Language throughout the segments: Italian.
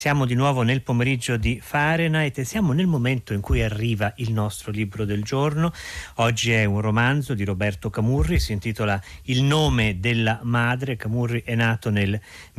Siamo di nuovo nel pomeriggio di Fahrenheit e siamo nel momento in cui arriva il nostro libro del giorno. Oggi è un romanzo di Roberto Camurri, si intitola Il nome della madre. Camurri è nato nel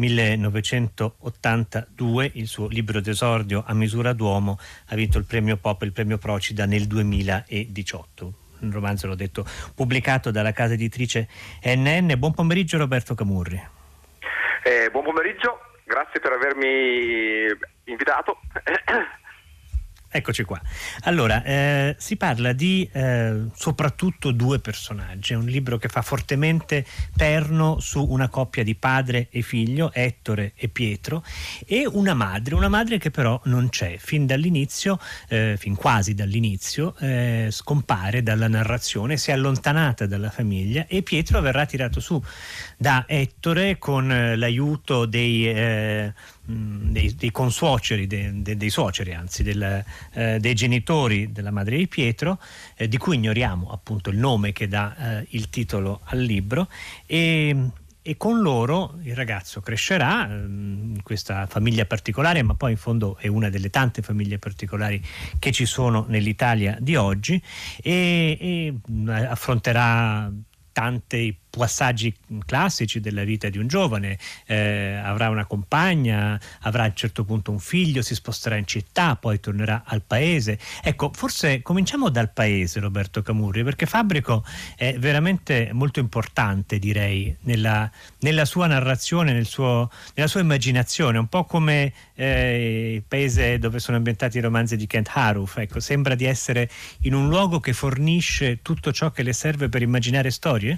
1982, il suo libro d'esordio A misura d'uomo ha vinto il premio Pop e il premio Procida nel 2018. Un romanzo, l'ho detto, pubblicato dalla casa editrice NN. Buon pomeriggio Roberto Camurri. Buon pomeriggio. Grazie per avermi invitato. Eccoci qua. Allora, si parla di soprattutto due personaggi. È un libro che fa fortemente perno su una coppia di padre e figlio, Ettore e Pietro, e una madre che però non c'è. Fin dall'inizio, fin quasi dall'inizio, scompare dalla narrazione, si è allontanata dalla famiglia e Pietro verrà tirato su da Ettore con l'aiuto dei consuoceri, dei suoceri, anzi dei genitori della madre di Pietro, di cui ignoriamo appunto il nome che dà il titolo al libro, e con loro il ragazzo crescerà in questa famiglia particolare, ma poi in fondo è una delle tante famiglie particolari che ci sono nell'Italia di oggi, e affronterà tanti passaggi classici della vita di un giovane, avrà una compagna, avrà a un certo punto un figlio, si sposterà in città, poi tornerà al paese. Ecco, forse cominciamo dal paese, Roberto Camurri, perché Fabbrico è veramente molto importante, direi, nella sua narrazione, nella sua immaginazione, un po' come il paese dove sono ambientati i romanzi di Kent Haruf. Ecco, sembra di essere in un luogo che fornisce tutto ciò che le serve per immaginare storie?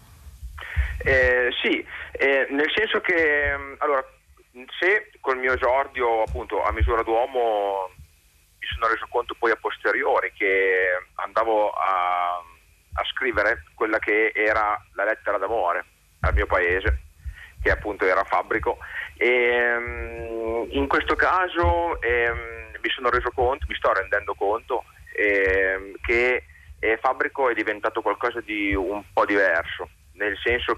Sì, nel senso che allora, se col mio esordio appunto A misura d'uomo mi sono reso conto poi a posteriori che andavo a scrivere quella che era la lettera d'amore al mio paese, che appunto era Fabbrico, e in questo caso mi sto rendendo conto che Fabbrico è diventato qualcosa di un po' diverso, nel senso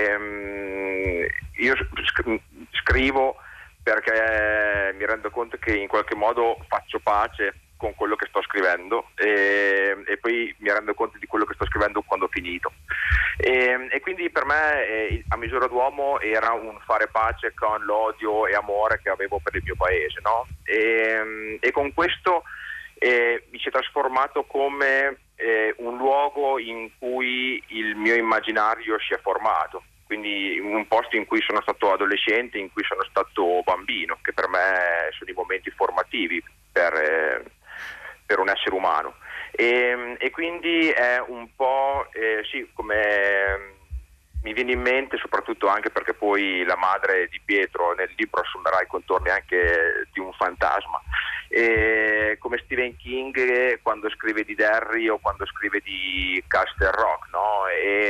che io scrivo perché mi rendo conto che in qualche modo faccio pace con quello che sto scrivendo, e poi mi rendo conto di quello che sto scrivendo quando ho finito, e quindi per me A misura d'uomo era un fare pace con l'odio e amore che avevo per il mio paese, no? E con questo mi si è trasformato come un luogo in cui il mio immaginario si è formato, quindi un posto in cui sono stato adolescente, in cui sono stato bambino, che per me sono i momenti formativi per un essere umano, e quindi è un po' sì, come mi viene in mente, soprattutto anche perché poi la madre di Pietro nel libro assumerà i contorni anche di un fantasma, come Stephen King quando scrive di Derry o quando scrive di Castle Rock, no?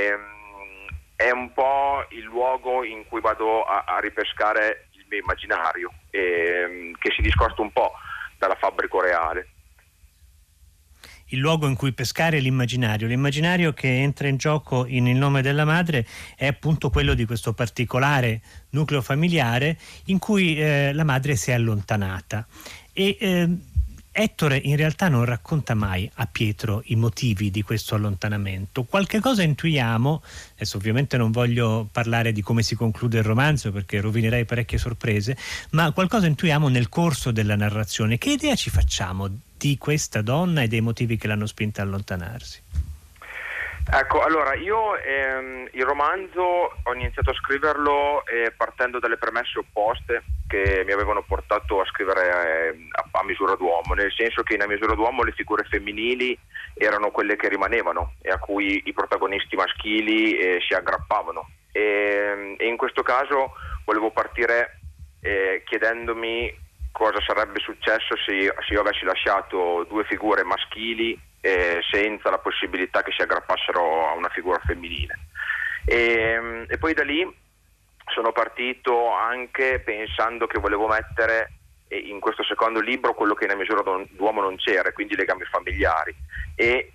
È un po' il luogo in cui vado a ripescare il mio immaginario, che si discosta un po' dalla Fabbrico reale. Il luogo in cui pescare l'immaginario che entra in gioco in Il nome della madre è appunto quello di questo particolare nucleo familiare in cui la madre si è allontanata, e Ettore in realtà non racconta mai a Pietro i motivi di questo allontanamento. Qualche cosa intuiamo, adesso ovviamente non voglio parlare di come si conclude il romanzo perché rovinerei parecchie sorprese, ma qualcosa intuiamo nel corso della narrazione. Che idea ci facciamo di questa donna e dei motivi che l'hanno spinta a allontanarsi? Ecco, allora io il romanzo ho iniziato a scriverlo partendo dalle premesse opposte che mi avevano portato a scrivere a misura d'uomo, nel senso che in A misura d'uomo le figure femminili erano quelle che rimanevano e a cui i protagonisti maschili si aggrappavano, e in questo caso volevo partire chiedendomi cosa sarebbe successo se io avessi lasciato due figure maschili senza la possibilità che si aggrappassero a una figura femminile, e poi da lì sono partito anche pensando che volevo mettere in questo secondo libro quello che in A misura d'uomo non c'era, quindi i legami familiari, e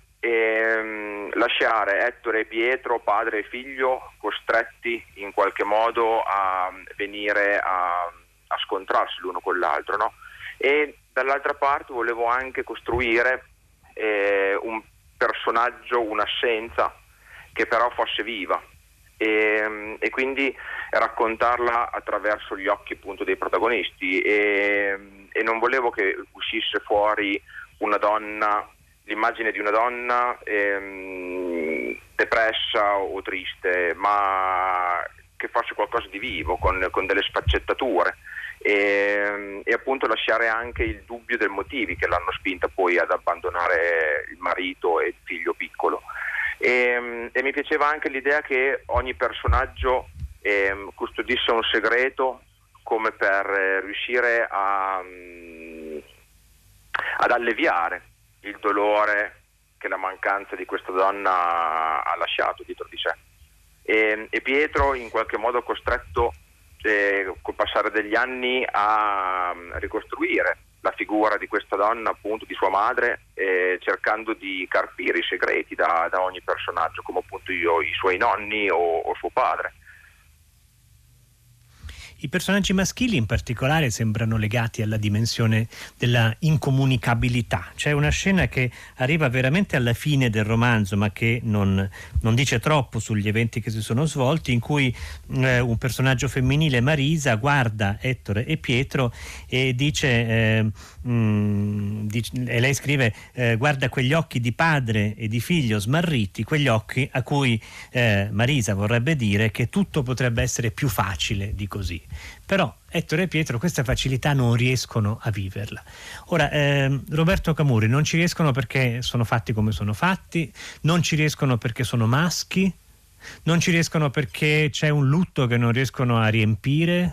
lasciare Ettore e Pietro, padre e figlio, costretti in qualche modo a venire a a scontrarsi l'uno con l'altro, no? E dall'altra parte volevo anche costruire un personaggio, un'assenza che però fosse viva, e quindi raccontarla attraverso gli occhi appunto dei protagonisti, e non volevo che uscisse fuori una donna, l'immagine di una donna depressa o triste, ma che fosse qualcosa di vivo, con delle sfaccettature, e appunto lasciare anche il dubbio dei motivi che l'hanno spinta poi ad abbandonare il marito e il figlio piccolo. E mi piaceva anche l'idea che ogni personaggio custodisse un segreto, come per riuscire ad alleviare il dolore che la mancanza di questa donna ha lasciato dietro di sé. E Pietro in qualche modo costretto col passare degli anni a ricostruire la figura di questa donna, appunto di sua madre, cercando di carpire i segreti da ogni personaggio, come appunto i suoi nonni o suo padre. I personaggi maschili in particolare sembrano legati alla dimensione della incomunicabilità. C'è una scena che arriva veramente alla fine del romanzo, ma che non dice troppo sugli eventi che si sono svolti, in cui un personaggio femminile, Marisa, guarda Ettore e Pietro e dice, e lei scrive, guarda quegli occhi di padre e di figlio smarriti, quegli occhi a cui Marisa vorrebbe dire che tutto potrebbe essere più facile di così. Però Ettore e Pietro questa facilità non riescono a viverla. Ora, Roberto Camurri, non ci riescono perché sono fatti come sono fatti, non ci riescono perché sono maschi, non ci riescono perché c'è un lutto che non riescono a riempire?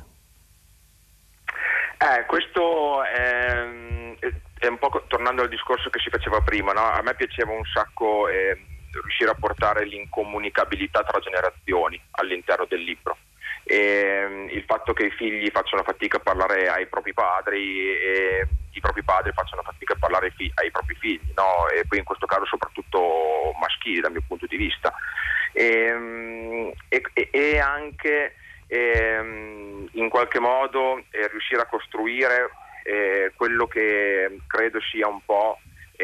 Questo è un po' tornando al discorso che si faceva prima, no? A me piaceva un sacco riuscire a portare l'incomunicabilità tra generazioni all'interno del libro. E il fatto che i figli facciano fatica a parlare ai propri padri e i propri padri facciano fatica a parlare ai propri figli, no? E poi in questo caso soprattutto maschili dal mio punto di vista, e anche in qualche modo riuscire a costruire quello che credo sia un po'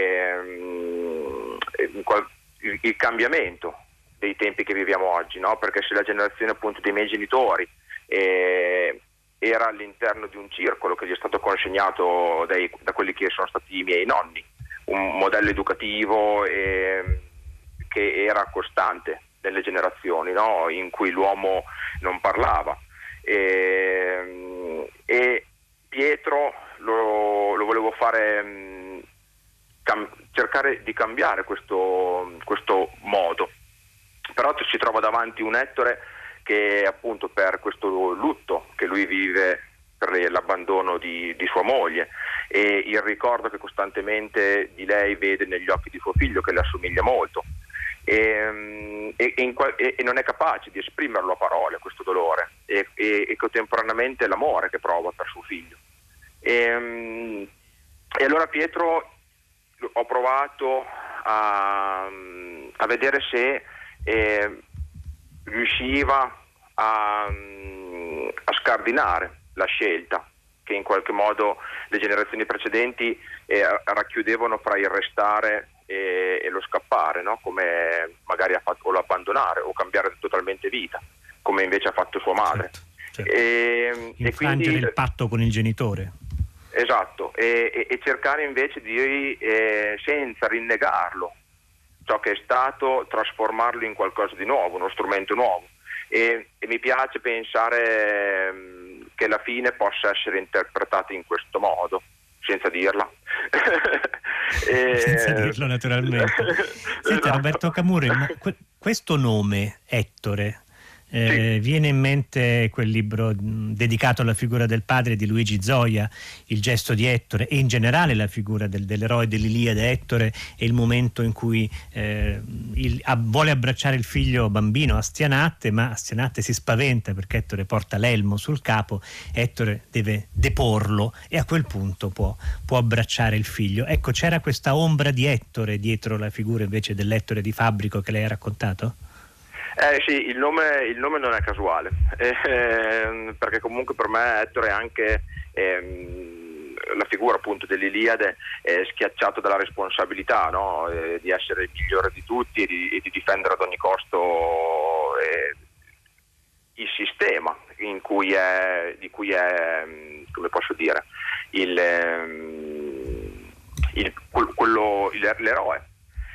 il cambiamento dei tempi che viviamo oggi, no? Perché se la generazione appunto dei miei genitori era all'interno di un circolo che gli è stato consegnato da quelli che sono stati i miei nonni, un modello educativo che era costante nelle generazioni, no? In cui l'uomo non parlava, e Pietro lo volevo fare cercare di cambiare questo modo. Però si trova davanti un Ettore che appunto per questo lutto che lui vive per l'abbandono di sua moglie e il ricordo che costantemente di lei vede negli occhi di suo figlio, che le assomiglia molto, e non è capace di esprimerlo a parole questo dolore, e contemporaneamente l'amore che prova per suo figlio. E allora Pietro ho provato a vedere se riusciva a scardinare la scelta che in qualche modo le generazioni precedenti racchiudevano fra il restare e lo scappare, no? Come magari ha fatto, o l'abbandonare o cambiare totalmente vita, come invece ha fatto sua madre. Certo. Infrangere quindi il patto con il genitore. Esatto, e cercare invece di senza rinnegarlo ciò che è stato, trasformarlo in qualcosa di nuovo, uno strumento nuovo, e mi piace pensare che la fine possa essere interpretata in questo modo, senza dirla. Senza dirlo naturalmente. Senta, Roberto Camurri, ma questo nome Ettore viene in mente quel libro dedicato alla figura del padre di Luigi Zoia, Il gesto di Ettore, e in generale la figura dell'eroe dell'Iliade, Ettore, è il momento in cui vuole abbracciare il figlio bambino Astianate, ma Astianate si spaventa perché Ettore porta l'elmo sul capo, Ettore deve deporlo e a quel punto può abbracciare il figlio. Ecco, c'era questa ombra di Ettore dietro la figura invece dell'Ettore di Fabbrico che lei ha raccontato? Sì, il nome non è casuale, perché comunque per me Ettore è anche la figura appunto dell'Iliade, schiacciato dalla responsabilità, no? Di essere il migliore di tutti e di difendere ad ogni costo il sistema di cui è, come posso dire, l'eroe.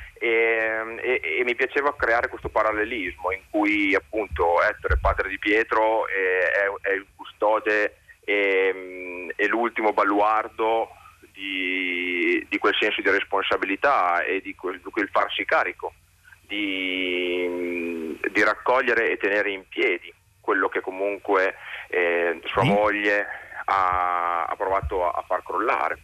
E mi piaceva creare questo parallelismo in cui appunto Ettore, padre di Pietro, è il custode e l'ultimo baluardo di quel senso di responsabilità e di quel farsi carico di raccogliere e tenere in piedi quello che comunque sua moglie ha provato a far crollare.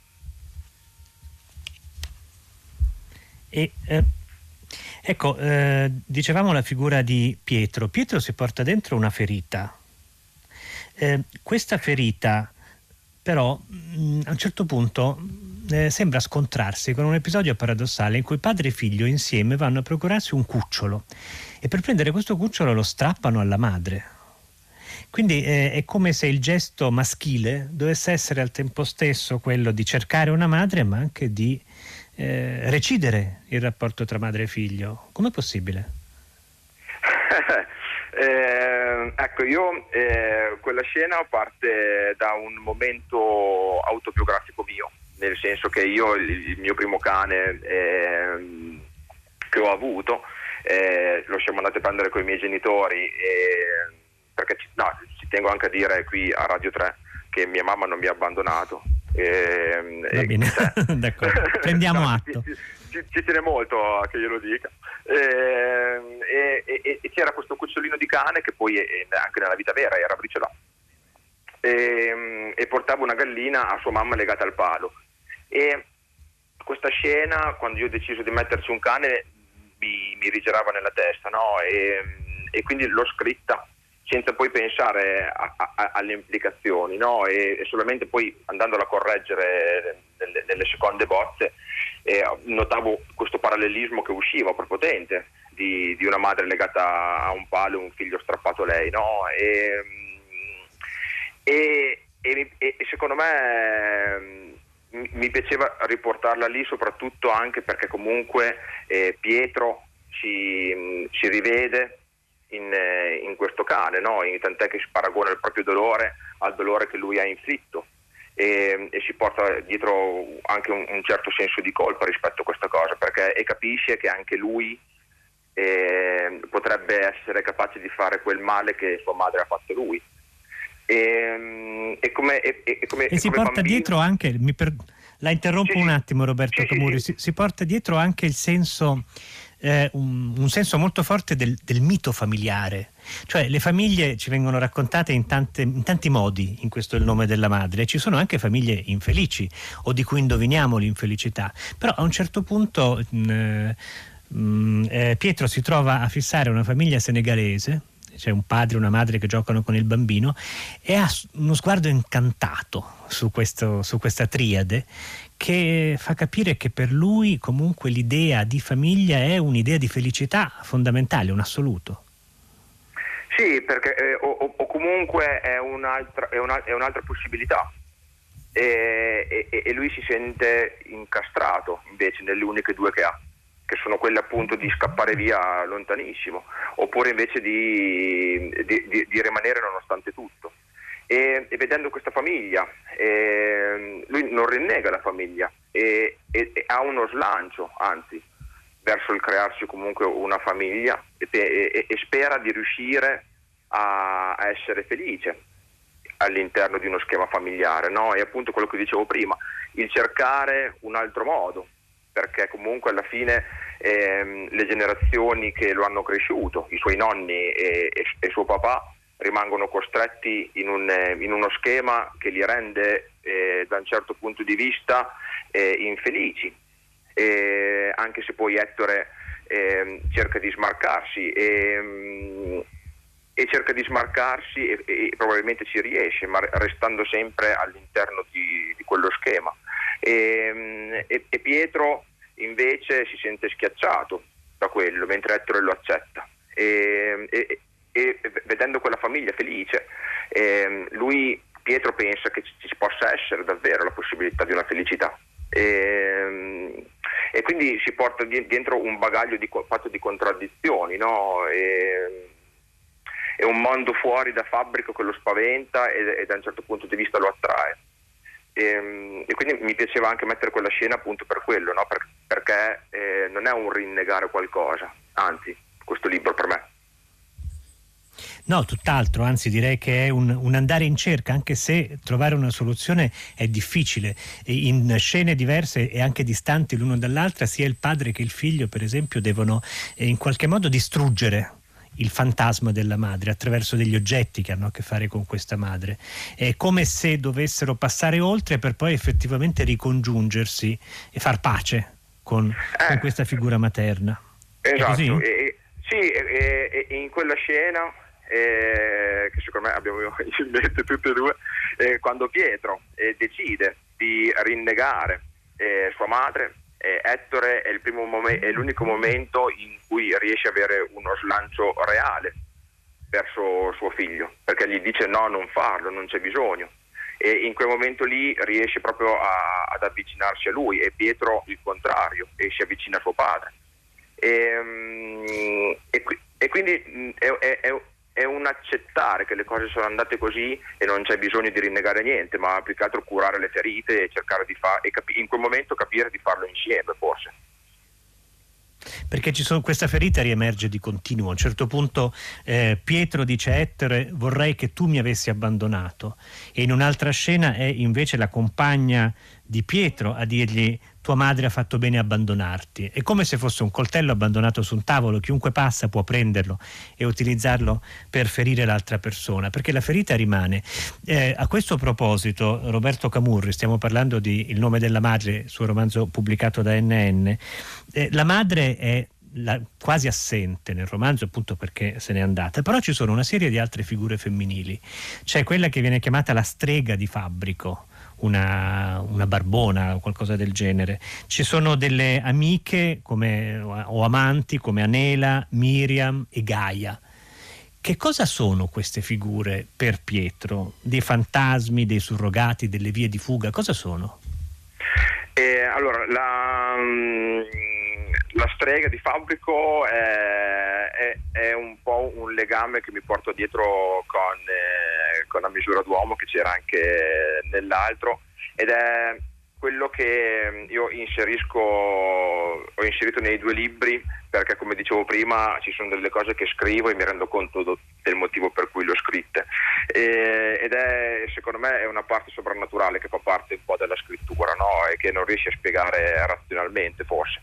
Ecco, dicevamo la figura di Pietro. Pietro si porta dentro una ferita. Questa ferita però a un certo punto sembra scontrarsi con un episodio paradossale in cui padre e figlio insieme vanno a procurarsi un cucciolo e per prendere questo cucciolo lo strappano alla madre. Quindi è come se il gesto maschile dovesse essere al tempo stesso quello di cercare una madre ma anche di recidere il rapporto tra madre e figlio. Com'è possibile? Ecco, io quella scena parte da un momento autobiografico mio, nel senso che io il mio primo cane che ho avuto lo siamo andati a prendere con i miei genitori, perché ci tengo anche a dire qui a Radio 3 che mia mamma non mi ha abbandonato. Va bene, d'accordo, prendiamo atto. Ci tiene molto che io lo dica. E c'era questo cucciolino di cane che poi anche nella vita vera era briciolato, e portava una gallina a sua mamma legata al palo, e questa scena, quando io ho deciso di metterci un cane, mi rigirava nella testa, no? E quindi l'ho scritta senza poi pensare alle implicazioni, no? E solamente poi andandola a correggere nelle seconde bozze notavo questo parallelismo che usciva prepotente di una madre legata a un palo e un figlio strappato a lei, no? E secondo me mi piaceva riportarla lì, soprattutto anche perché comunque Pietro si rivede in questo cane, no? Tant'è che si paragona il proprio dolore al dolore che lui ha inflitto, e si porta dietro anche un certo senso di colpa rispetto a questa cosa, perché capisce che anche lui potrebbe essere capace di fare quel male che sua madre ha fatto lui. E si porta bambino... dietro anche, la interrompo un attimo, Roberto Tomuri. Si porta dietro anche il senso, un senso molto forte del mito familiare, cioè le famiglie ci vengono raccontate in tanti modi, in questo Il nome della madre. Ci sono anche famiglie infelici o di cui indoviniamo l'infelicità, però a un certo punto Pietro si trova a fissare una famiglia senegalese, c'è un padre e una madre che giocano con il bambino, e ha uno sguardo incantato su questa triade, che fa capire che per lui comunque l'idea di famiglia è un'idea di felicità fondamentale, un assoluto. Sì, perché o comunque è un'altra possibilità, e lui si sente incastrato invece nelle uniche due che ha, che sono quelle appunto di scappare via lontanissimo, oppure invece di rimanere nonostante tutto. E vedendo questa famiglia, lui non rinnega la famiglia e ha uno slancio, anzi, verso il crearsi comunque una famiglia, e spera di riuscire a essere felice all'interno di uno schema familiare, no? E appunto quello che dicevo prima, il cercare un altro modo, perché comunque alla fine le generazioni che lo hanno cresciuto, i suoi nonni e suo papà, rimangono costretti in uno schema che li rende da un certo punto di vista infelici, anche se poi Ettore cerca di smarcarsi e cerca di smarcarsi e probabilmente ci riesce, ma restando sempre all'interno di quello schema. E Pietro invece si sente schiacciato da quello, mentre Ettore lo accetta, e vedendo quella famiglia felice, Pietro pensa che ci possa essere davvero la possibilità di una felicità, e quindi si porta dentro un bagaglio fatto di contraddizioni, no? È un mondo fuori da Fabbrico che lo spaventa e da un certo punto di vista lo attrae, e quindi mi piaceva anche mettere quella scena appunto per quello, no? Perché non è un rinnegare qualcosa, anzi questo libro per me. No, tutt'altro, anzi direi che è un andare in cerca, anche se trovare una soluzione è difficile. In scene diverse e anche distanti l'uno dall'altra, sia il padre che il figlio, per esempio, devono in qualche modo distruggere il fantasma della madre attraverso degli oggetti che hanno a che fare con questa madre. È come se dovessero passare oltre per poi effettivamente ricongiungersi e far pace con questa figura materna. Esatto, sì, in quella scena che secondo me abbiamo in mente tutte e due, quando Pietro decide di rinnegare sua madre, Ettore è è l'unico momento in cui riesce ad avere uno slancio reale verso suo figlio, perché gli dice no, non farlo, non c'è bisogno, e in quel momento lì riesce proprio ad avvicinarsi a lui, e Pietro il contrario, e si avvicina a suo padre, e quindi è un accettare che le cose sono andate così e non c'è bisogno di rinnegare niente, ma più che altro curare le ferite e cercare di in quel momento capire di farlo insieme, forse. Perché questa ferita riemerge di continuo. A un certo punto Pietro dice a Ettore: vorrei che tu mi avessi abbandonato, e in un'altra scena è invece la compagna di Pietro a dirgli: tua madre ha fatto bene a abbandonarti. È come se fosse un coltello abbandonato su un tavolo, chiunque passa può prenderlo e utilizzarlo per ferire l'altra persona, perché la ferita rimane. A questo proposito, Roberto Camurri, stiamo parlando di Il nome della madre, suo romanzo pubblicato da NN. La madre è quasi assente nel romanzo, appunto perché se n'è andata, però ci sono una serie di altre figure femminili. C'è quella che viene chiamata la strega di Fabbrico, una barbona o qualcosa del genere. Ci sono delle amiche o amanti come Anela, Miriam e Gaia. Che cosa sono queste figure per Pietro? Dei fantasmi, dei surrogati, delle vie di fuga? Cosa sono? Allora, la strega di Fabbrico è un po' un legame che mi porto dietro con La misura d'uomo, che c'era anche nell'altro, ed è quello che io ho inserito nei due libri, perché come dicevo prima ci sono delle cose che scrivo e mi rendo conto del motivo per cui le ho scritte, ed è, secondo me, è una parte soprannaturale che fa parte un po' della scrittura, no? E che non riesci a spiegare razionalmente, forse.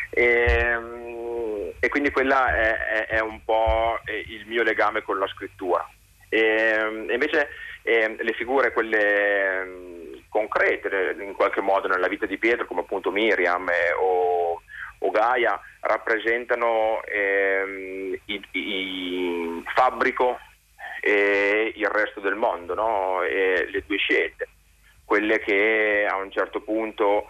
E quindi quella è un po' il mio legame con la scrittura. E invece le figure, quelle concrete in qualche modo nella vita di Pietro, come appunto Miriam o Gaia, rappresentano il Fabbrico e il resto del mondo, no? E le due scelte, quelle che a un certo punto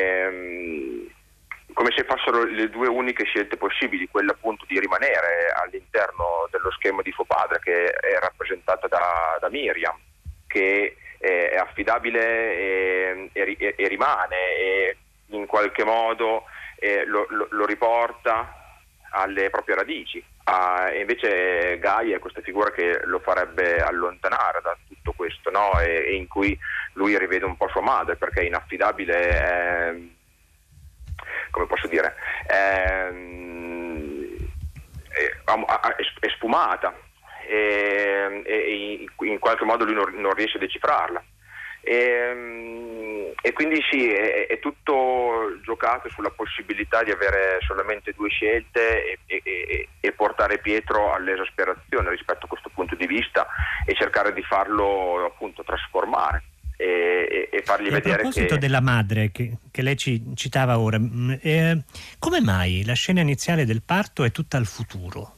come se fossero le due uniche scelte possibili, quella appunto di rimanere all'interno dello schema di suo padre, che è rappresentata da Miriam, che è affidabile e rimane, e in qualche modo lo riporta alle proprie radici. E invece Gaia è questa figura che lo farebbe allontanare da tutto questo, no? E in cui lui rivede un po' sua madre, perché è inaffidabile, come posso dire, è sfumata, e in qualche modo lui non riesce a decifrarla, e quindi sì, è tutto giocato sulla possibilità di avere solamente due scelte e portare Pietro all'esasperazione rispetto a questo punto di vista, e cercare di farlo appunto trasformare e fargli vedere. A proposito della madre che lei ci citava ora, come mai la scena iniziale del parto è tutta al futuro?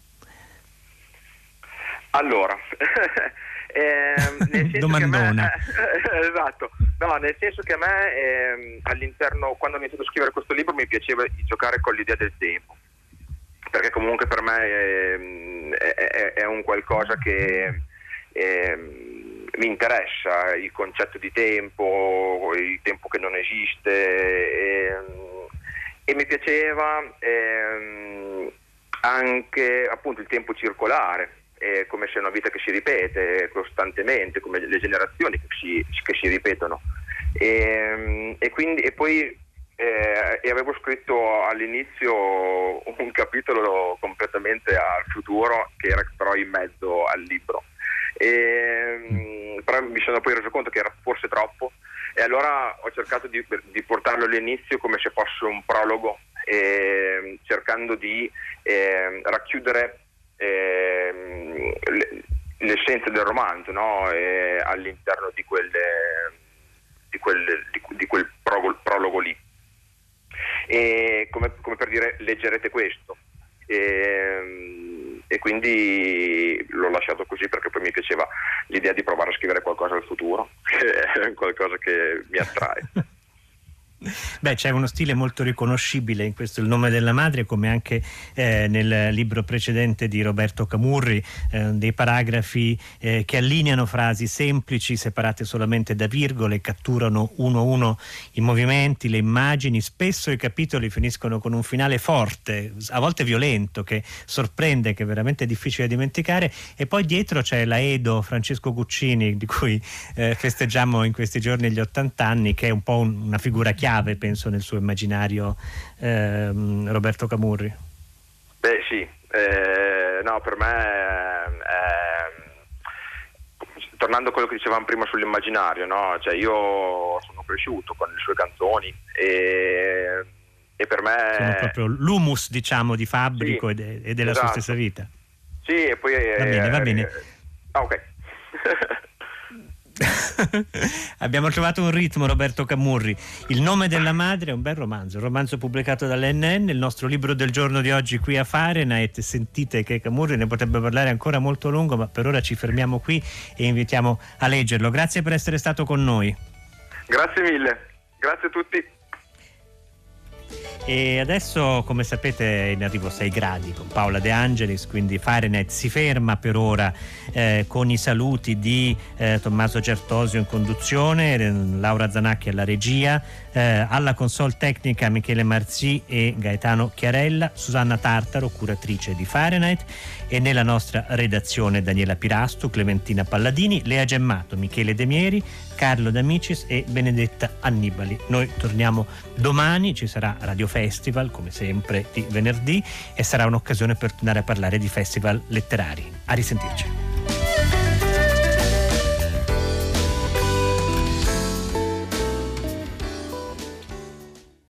Allora nel senso domandona. Esatto, no, nel senso che a me all'interno, quando ho iniziato a scrivere questo libro, mi piaceva giocare con l'idea del tempo, perché comunque per me è un qualcosa che mi interessa, il concetto di tempo, il tempo che non esiste, e mi piaceva anche appunto il tempo circolare, come se è una vita che si ripete costantemente, come le generazioni che si ripetono, e poi avevo scritto all'inizio un capitolo completamente al futuro, che era però in mezzo al libro, però mi sono poi reso conto che era forse troppo, e allora ho cercato di portarlo all'inizio come se fosse un prologo, cercando di racchiudere l'essenza del romanzo, no? All'interno di quel prologo lì, e come per dire, leggerete questo, e quindi l'ho lasciato così, perché poi mi piaceva l'idea di provare a scrivere qualcosa al futuro, che è qualcosa che mi attrae. Beh, c'è uno stile molto riconoscibile in questo Il nome della madre, come anche nel libro precedente di Roberto Camurri, dei paragrafi che allineano frasi semplici separate solamente da virgole, catturano uno a uno i movimenti, le immagini. Spesso i capitoli finiscono con un finale forte, a volte violento, che sorprende, che è veramente difficile dimenticare, e poi dietro c'è l'Aedo Francesco Guccini, di cui festeggiamo in questi giorni gli 80 anni, che è un po' una figura chiave, penso, nel suo immaginario, Roberto Camurri. Beh sì, no, per me tornando a quello che dicevamo prima sull'immaginario, no? Cioè, io sono cresciuto con le sue canzoni, e per me sono proprio l'humus, diciamo, di Fabbrico, sì, e della sua stessa vita. Sì, e poi va bene. Ok. Abbiamo trovato un ritmo, Roberto Camurri. Il nome della madre è un bel romanzo, un romanzo pubblicato dall'NN, il nostro libro del giorno di oggi qui a Fahrenheit. Sentite che Camurri ne potrebbe parlare ancora molto a lungo, ma per ora ci fermiamo qui e invitiamo a leggerlo. Grazie per essere stato con noi. Grazie mille, grazie a tutti. E adesso, come sapete, è in arrivo 6 gradi con Paola De Angelis, quindi Fahrenheit si ferma per ora, con i saluti di Tommaso Certosio in conduzione, Laura Zanacchi alla regia, alla console tecnica Michele Marzì e Gaetano Chiarella, Susanna Tartaro, curatrice di Fahrenheit, e nella nostra redazione Daniela Pirastu, Clementina Palladini, Lea Gemmato, Michele Demieri, Carlo D'Amicis e Benedetta Annibali. Noi torniamo domani, ci sarà Radio Festival come sempre di venerdì, e sarà un'occasione per tornare a parlare di festival letterari. A risentirci.